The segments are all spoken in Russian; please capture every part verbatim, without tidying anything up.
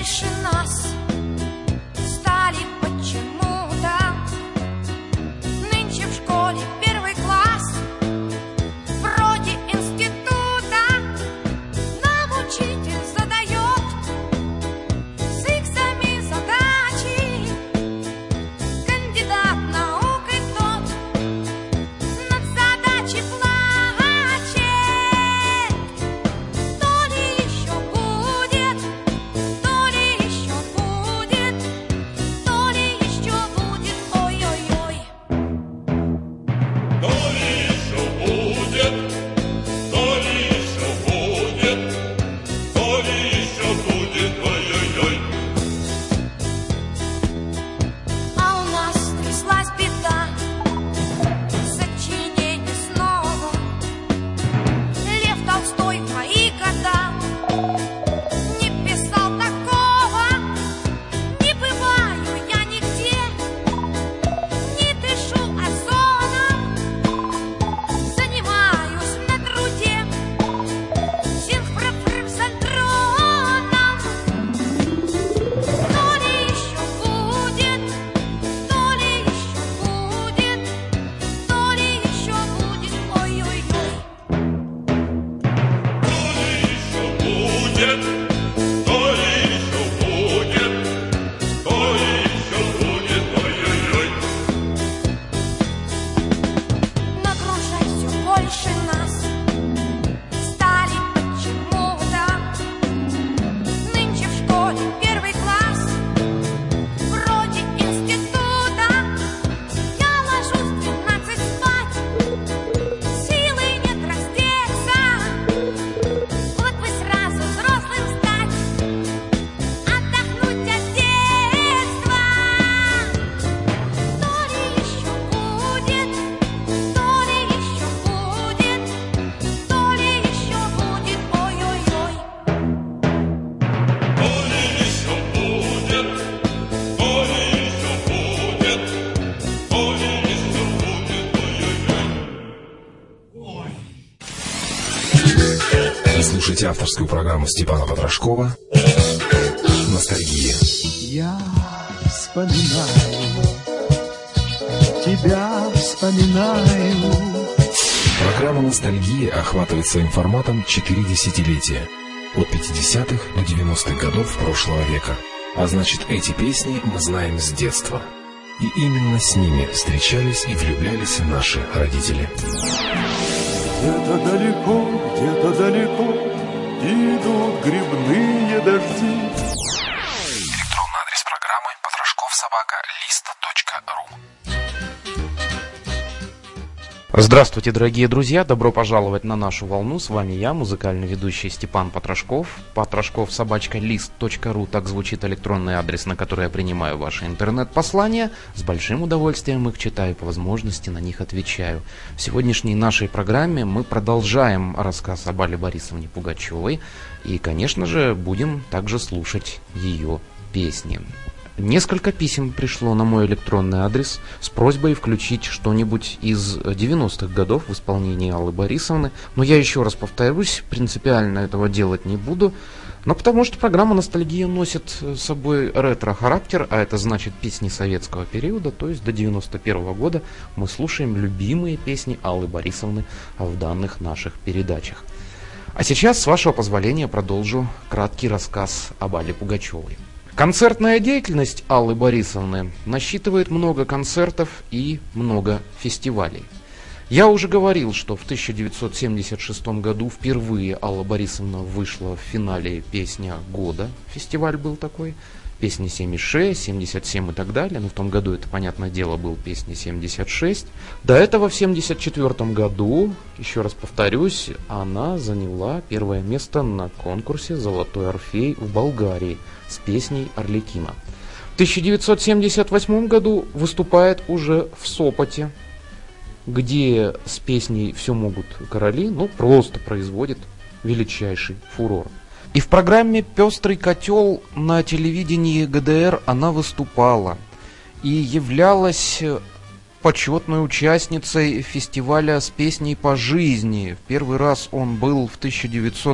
больше нас стали почему-то. Нынче в школе первый класс, вроде института. Нам учитель задает с иксами задачи. Кандидат наук и тот над задачей плачет. То ли еще будет, то ли еще будет, то ли еще будет, ой-ой-ой. То ли еще будет, то ли еще будет, то ли еще будет, ой-ой-ой. А у нас тряслась беда, сочинений снова. Лев Толстой в мои года не писал такого. Не бываю я нигде, не дышу озоном, занимаюсь на труде синхрофризантроном. То ли еще будет, то ли еще будет, то ли еще будет, ой-ой-ой. То ли еще будет, то ли еще будет, то ли еще будет, ой-ой-ой. Нагружай все больше нас стали почему-то. Нынче в школе первый класс, вроде института. Я ложусь в двенадцать спать, силы нет раздеться. Вот бы сразу взрослым стать, отдохнуть от детства. То ли еще будет, то ли еще будет, то ли еще будет, ой-ой-ой. То ли еще будет, то ли еще будет, то ли еще будет, ой-ой-ой. Вы слушаете авторскую программу Степана Потрошкова «Ностальгия». Я вспоминаю, тебя вспоминаю. Программа «Ностальгия» охватывает своим форматом четыре десятилетия. От пятидесятых до девяностых годов прошлого века. А значит, эти песни мы знаем с детства. И именно с ними встречались и влюблялись наши родители. Где-то далеко, где-то далеко идут грибные дожди. Электронный адрес программы потрошков собака лист точка ру. Здравствуйте, дорогие друзья! Добро пожаловать на нашу волну. С вами я, музыкальный ведущий Степан Потрошков. Потрошков собачка лист точка ру. Так звучит электронный адрес, на который я принимаю ваши интернет-послания. С большим удовольствием их читаю, по возможности на них отвечаю. В сегодняшней нашей программе мы продолжаем рассказ об Алле Борисовне Пугачевой. И, конечно же, будем также слушать ее песни. Несколько писем пришло на мой электронный адрес с просьбой включить что-нибудь из девяностых годов в исполнении Аллы Борисовны. Но я еще раз повторюсь, принципиально этого делать не буду. Но потому что программа «Ностальгия» носит с собой ретро-характер, а это значит песни советского периода, то есть до девяносто первого года мы слушаем любимые песни Аллы Борисовны в данных наших передачах. А сейчас, с вашего позволения, продолжу краткий рассказ об Алле Пугачевой. Концертная деятельность Аллы Борисовны насчитывает много концертов и много фестивалей. Я уже говорил, что в тысяча девятьсот семьдесят шестом году впервые Алла Борисовна вышла в финале «Песня года». Фестиваль был такой. Песни семьдесят шесть, семьдесят семь и так далее. Но в том году, это, понятное дело, был песня семьдесят шесть. До этого в семьдесят четвёртом году, еще раз повторюсь, она заняла первое место на конкурсе «Золотой Орфей» в Болгарии с песней «Арлекино». В тысяча девятьсот семьдесят восьмом году выступает уже в Сопоте, где с песней «Все могут короли», ну, просто производит величайший фурор. И в программе «Пестрый котел» на телевидении ГДР она выступала и являлась почетной участницей фестиваля с песней по жизни. В первый раз он был в тысяча девятьсот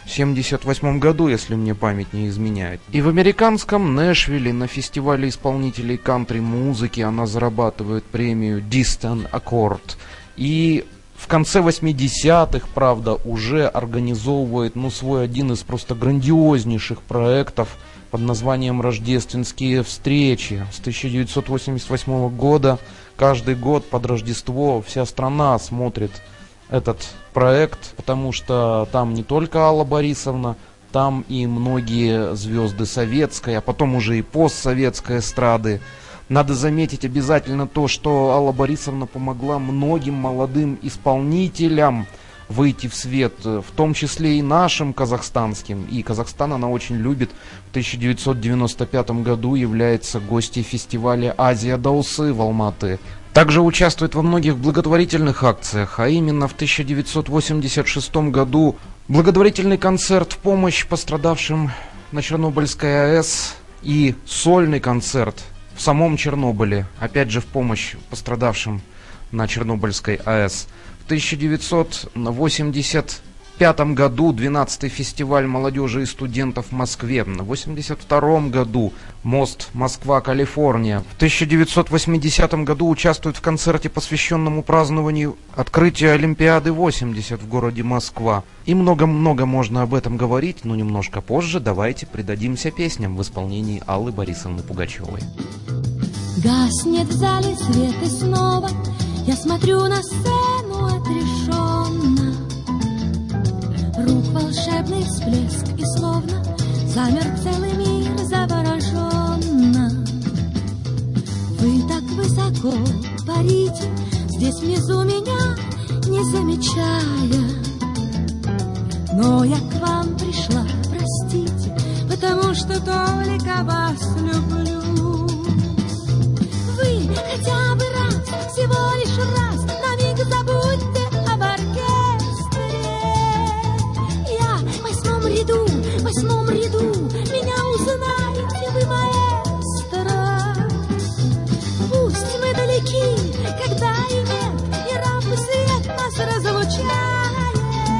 семьдесят восьмом году, если мне память не изменяет. И в американском Нэшвилле на фестивале исполнителей кантри-музыки она зарабатывает премию Distant Accord. И в конце восьмидесятых, правда, уже организовывает, ну, свой один из просто грандиознейших проектов под названием «Рождественские встречи». С тысяча девятьсот восемьдесят восьмого года каждый год под Рождество вся страна смотрит этот проект, потому что там не только Алла Борисовна, там и многие звезды советской, а потом уже и постсоветской эстрады. Надо заметить обязательно то, что Алла Борисовна помогла многим молодым исполнителям выйти в свет, в том числе и нашим казахстанским. И Казахстан она очень любит. В тысяча девятьсот девяносто пятом году является гостьей фестиваля «Азия Даусы» в Алматы. Также участвует во многих благотворительных акциях, а именно в тысяча девятьсот восемьдесят шестом году благотворительный концерт в помощь пострадавшим на Чернобыльской АЭС и сольный концерт в самом Чернобыле, опять же в помощь пострадавшим на Чернобыльской АЭС. В тысяча девятьсот восемьдесят пятом году двенадцатый фестиваль молодежи и студентов в Москве. В восемьдесят втором году мост Москва-Калифорния. В тысяча девятьсот восьмидесятом году участвует в концерте, посвященному празднованию открытия Олимпиады восемьдесят в городе Москва. И много-много можно об этом говорить, но немножко позже. Давайте предадимся песням в исполнении Аллы Борисовны Пугачевой. Гаснет в зале свет, и снова я смотрю на сцену отрешенно. Рук волшебный всплеск, и словно замер целый мир завороженно. Вы так высоко парите, здесь внизу меня не замечая. Но я к вам пришла, простите, потому что только вас люблю. Вы хотя бы раз, всего лишь раз, на миг забудьте об оркестре. Я в восьмом ряду, в восьмом ряду, меня узнаете вы, маэстро. Пусть мы далеки, когда и нет, и рампы свет нас разлучает.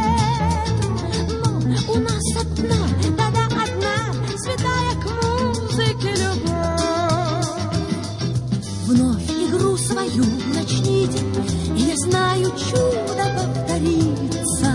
Но у нас одна, да-да, одна, святая к музыке любовь. Вновь игру свою начните, и я знаю, чудо повторится.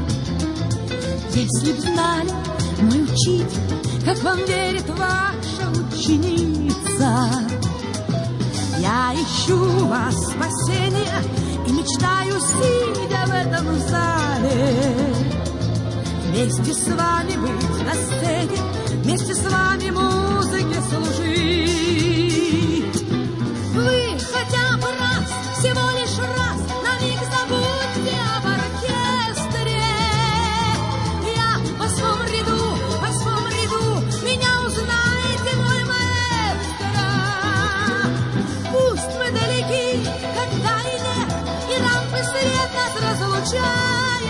Если б знали, мой учитель, как вам верит ваша ученица. Я ищу вас спасения и мечтаю, сидя в этом зале, вместе с вами быть на сцене, вместе с вами музыке служить. Вы хотя бы раз, всего лишь раз, на миг забудьте об оркестре. Я в восьмом ряду, в восьмом ряду, меня узнаете, мой маэстро. Пусть мы далеки, когда и нет, и рампы свет нас разлучает.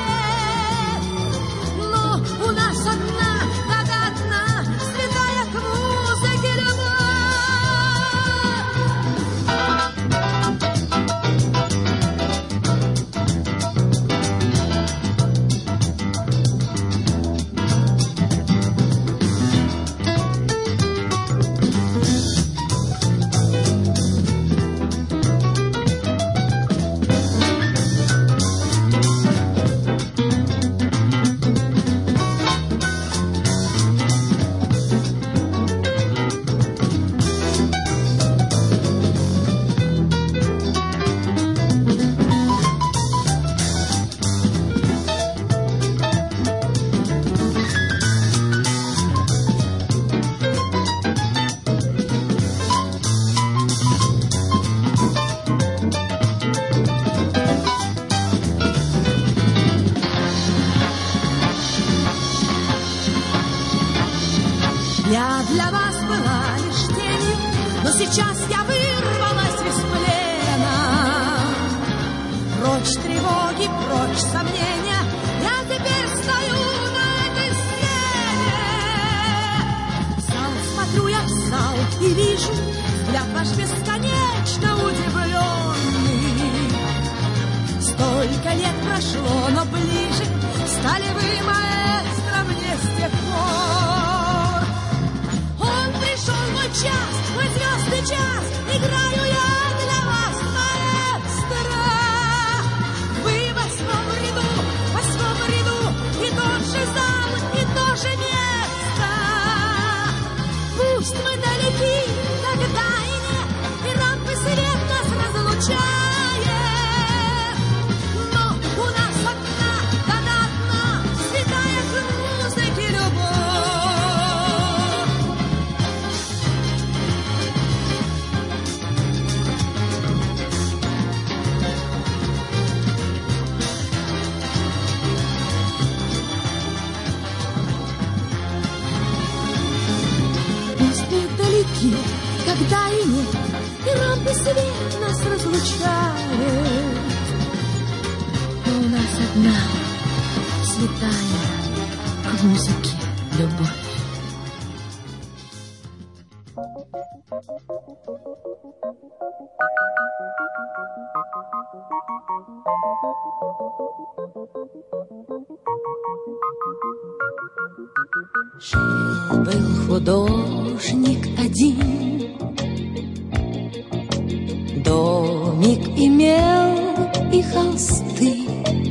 Но у нас одна, да-да, одна, святая к музыке любовь. Я для вас была лишь тенью, но сейчас я вырвалась из плена. Прочь тревоги, прочь сомнения, я теперь стою на этой сцене. В зал смотрю я, в зал, и вижу взгляд ваш бесконечно удивленный. Столько лет прошло, но ближе стали вы, маэстро, мне. музыки, когда и нет, и рампы свет нас разлучает. Но у нас одна святая к музыке любовь. Жил-был художник один, домик имел и холсты,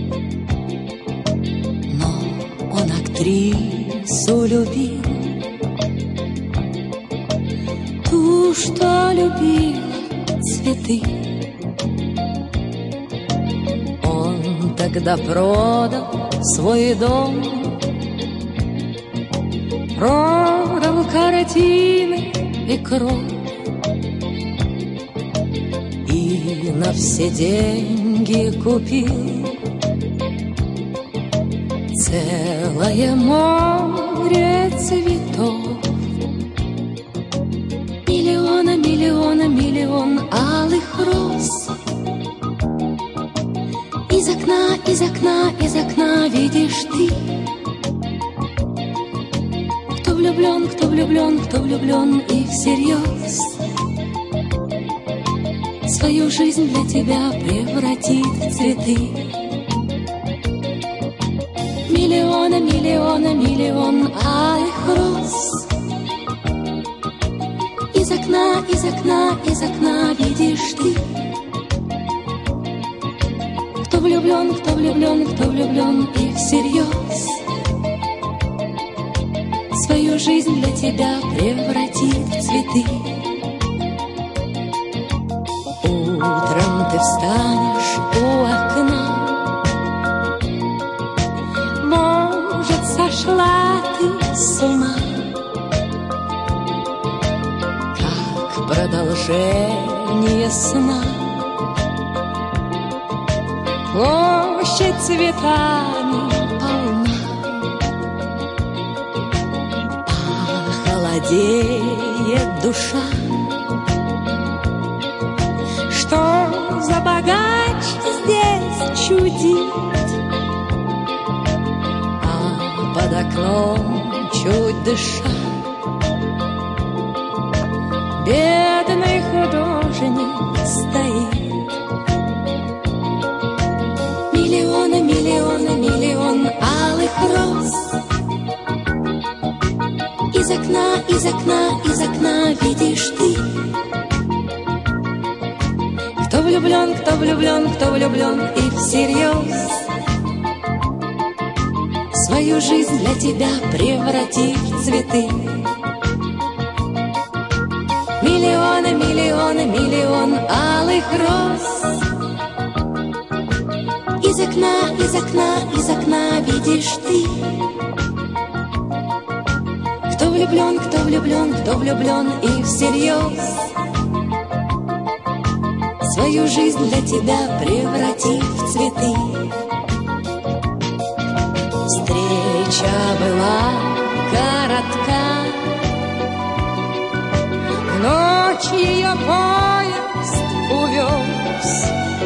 но он актрису любил, ту, что любила цветы. Он тогда продал свой дом, продал картины и кровь, и на все деньги купил целое море цветов. Миллиона, миллиона, миллион алых роз. Из окна, из окна, из окна видишь ты. Кто влюблен, кто влюблен, кто влюблен и всерьез свою жизнь для тебя превратит в цветы. Миллиона, миллиона, миллион алых роз. Из окна, из окна, из окна видишь ты. Кто влюблен, кто влюблен, кто влюблен и всерьез свою жизнь для тебя превратит в цветы. Утром ты встанешь у окна, может, сошла ты с ума, как продолжение сна. Площадь цветами полна, холодеет душа. Что за богач здесь чудит, а под окном чуть дыша бедный художник стоит. Миллиона, миллиона, миллион алых роз. Из окна, из окна, из окна видишь ты. Кто влюблен, кто влюблен, кто влюблен и всерьез свою жизнь для тебя превратит в цветы. Миллионы, миллионы, миллион алых роз. Из окна, из окна, из окна видишь ты. Кто влюблен, кто влюблен, кто влюблен и всерьез свою жизнь для тебя превратит в цветы. Встреча была коротка, в ночь ее поезд увез,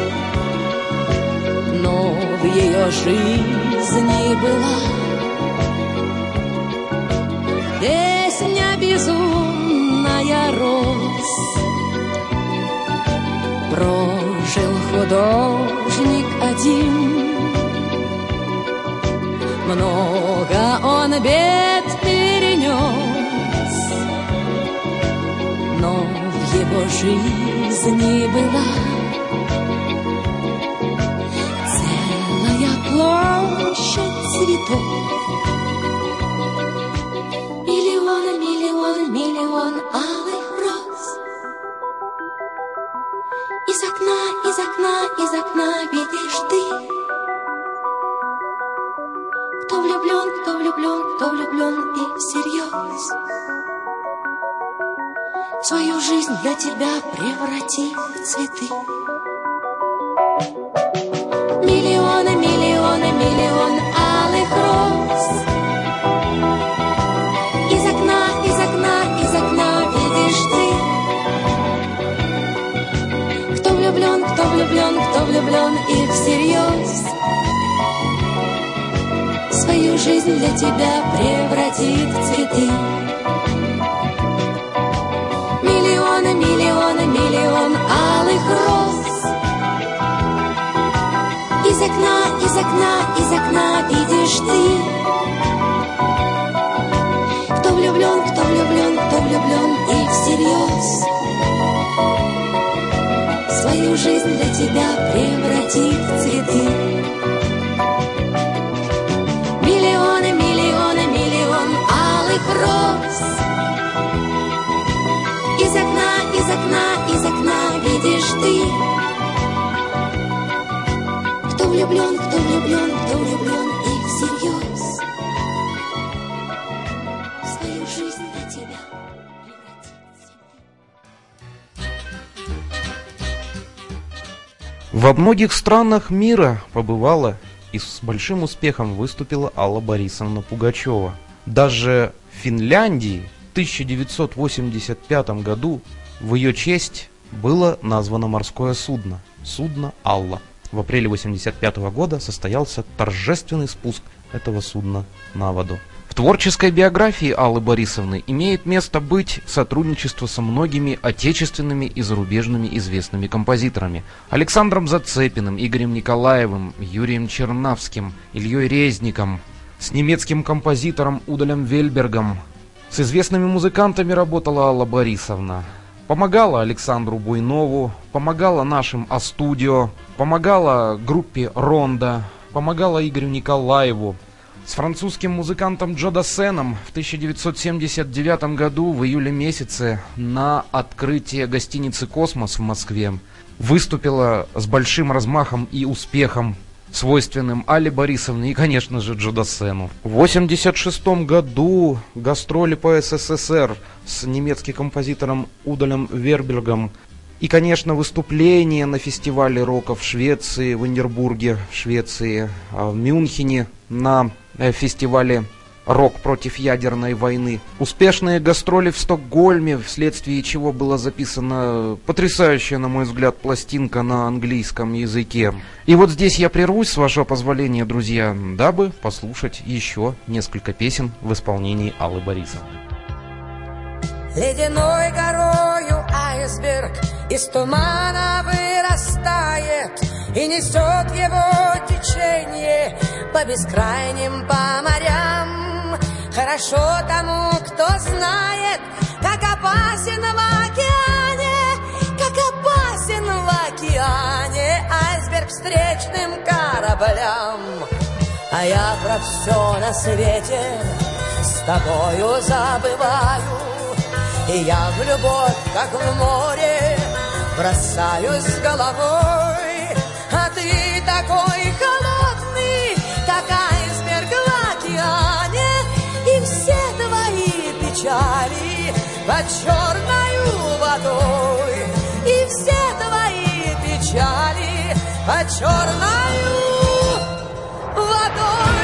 но в ее жизни была песня безумная роз. Прожил художник один, много он бед перенес, но в его жизни была целая площадь цветов. Миллион, миллион, миллион алых роз. Из окна, из окна, из окна видишь ты. Кто влюблен, кто влюблен, кто влюблен и всерьез свою жизнь для тебя преврати в цветы. Миллионы, миллионы, миллион алых роз. Из окна, из окна, из окна видишь ты. всерьез свою жизнь для тебя превратит в цветы. Миллионы, миллионы, миллион алых роз. Из окна, из окна, из окна видишь ты. Кто влюблен, кто влюблен, кто влюблен и всерьез свою жизнь для тебя превратит в цветы. Миллионы, миллионы, миллион алых роз. Из окна, из окна, из окна видишь ты. Кто влюблен, кто влюблен, кто влюблен и всерьез свою жизнь для тебя превратит в цветы. Во многих странах мира побывала и с большим успехом выступила Алла Борисовна Пугачева. Даже в Финляндии в тысяча девятьсот восемьдесят пятом году в ее честь было названо морское судно – судно «Алла». В апреле восемьдесят пятого года состоялся торжественный спуск этого судна на воду. В творческой биографии Аллы Борисовны имеет место быть сотрудничество со многими отечественными и зарубежными известными композиторами: Александром Зацепиным, Игорем Николаевым, Юрием Чернавским, Ильей Резником, с немецким композитором Удалем Вельбергом. С известными музыкантами работала Алла Борисовна. Помогала Александру Буйнову, помогала нашим А-студио, помогала группе Ронда, помогала Игорю Николаеву. С французским музыкантом Джо Дассеном в тысяча девятьсот семьдесят девятом году в июле месяце на открытии гостиницы «Космос» в Москве выступила с большим размахом и успехом, свойственным Алле Борисовне и, конечно же, Джо Дассену. В восемьдесят шестом году гастроли по СССР с немецким композитором Удалем Вербергом и, конечно, выступление на фестивале рока в Швеции, в Эндинбурге, в Швеции, в Мюнхене на фестивале «Рок против ядерной войны». Успешные гастроли в Стокгольме, вследствие чего была записана потрясающая, на мой взгляд, пластинка на английском языке. И вот здесь я прервусь, с вашего позволения, друзья, дабы послушать еще несколько песен в исполнении Аллы Борисовны. Ледяной горою айсберг из тумана вырастает и несет его течение по бескрайним по морям. Хорошо тому, кто знает, как опасен в океане, как опасен в океане айсберг встречным кораблям. А я про все на свете с тобою забываю, и я в любовь, как в море, бросаюсь головой. А ты такой холодный, как айсберг в океане, и все твои печали под черною водой, и все твои печали под черною водой.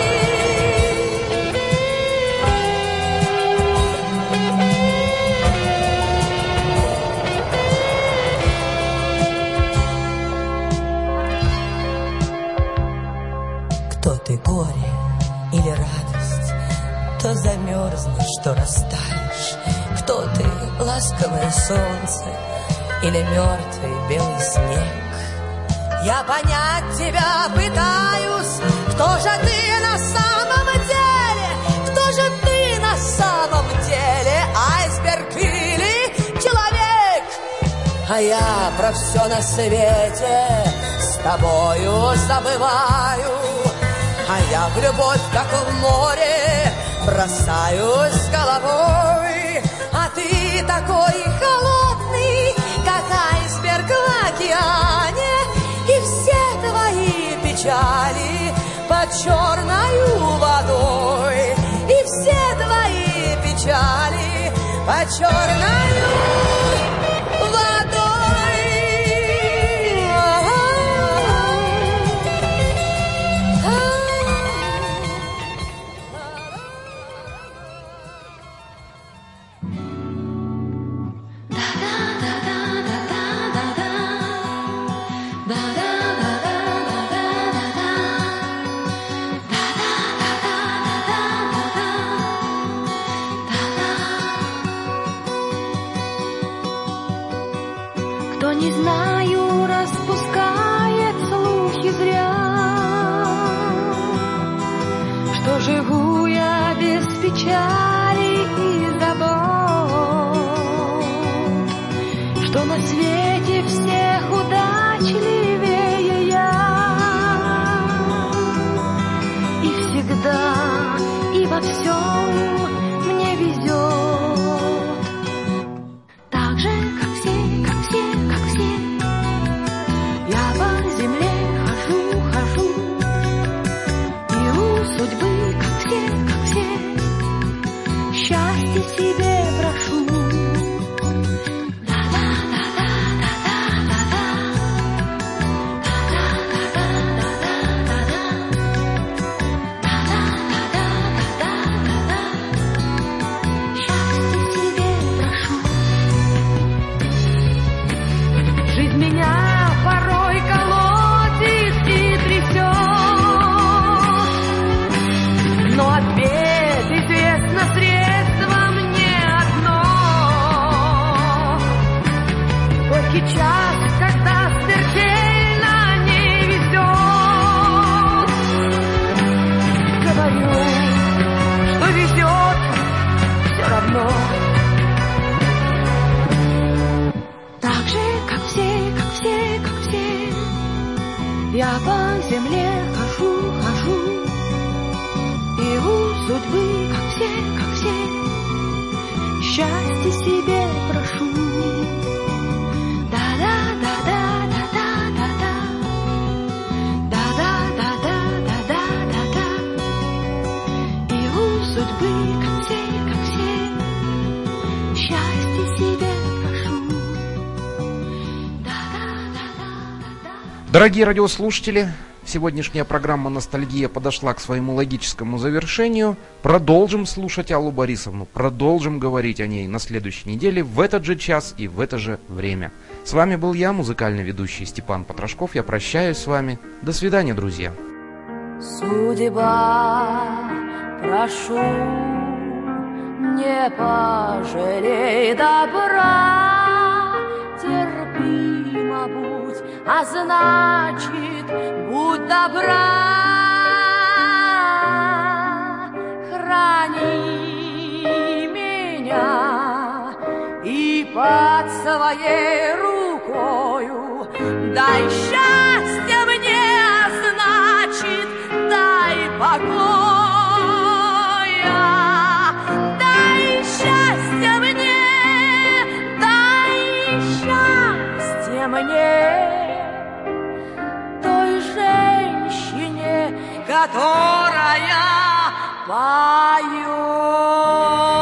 Кто ты, горе или радость? То замерзнешь, то растаешь. Кто ты, ласковое солнце или мертвый белый снег? Я понять тебя пытаюсь. Кто же ты на самом деле? Кто же ты на самом деле? Айсберг или человек? А я про все на свете с тобою забываю. А я в любовь, как в море, бросаюсь головой. А ты такой холодный, как айсберг в океане, и все твои печали под черною водой, и все твои печали под черною водой. Да-да-да-да-да-да-да. не знаю, распускает слухи зря, что живу я без печали и забот, что на свете всех удачливее я, и всегда и во всем мне везет, так же, как все, как все, как все. Я по земле хожу, хожу, и у судьбы, как все, как все, счастье себе прошу. Час, когда смертельно не везет, говорю, что везет все равно. Так же, как все, как все, как все, я по земле хожу, хожу, и у судьбы, как все, как все, счастье себе прошу. Дорогие радиослушатели, сегодняшняя программа «Ностальгия» подошла к своему логическому завершению. Продолжим слушать Аллу Борисовну, продолжим говорить о ней на следующей неделе в этот же час и в это же время. С вами был я, музыкальный ведущий Степан Потрошков. Я прощаюсь с вами. До свидания, друзья. Судьба, прошу, не пожалей добра, терпимо будь, а значит, будь добра, храни меня и под своей рукою дай счастье мне, а значит, дай покоя, дай счастье мне, дай счастье мне, той женщине, которая поет.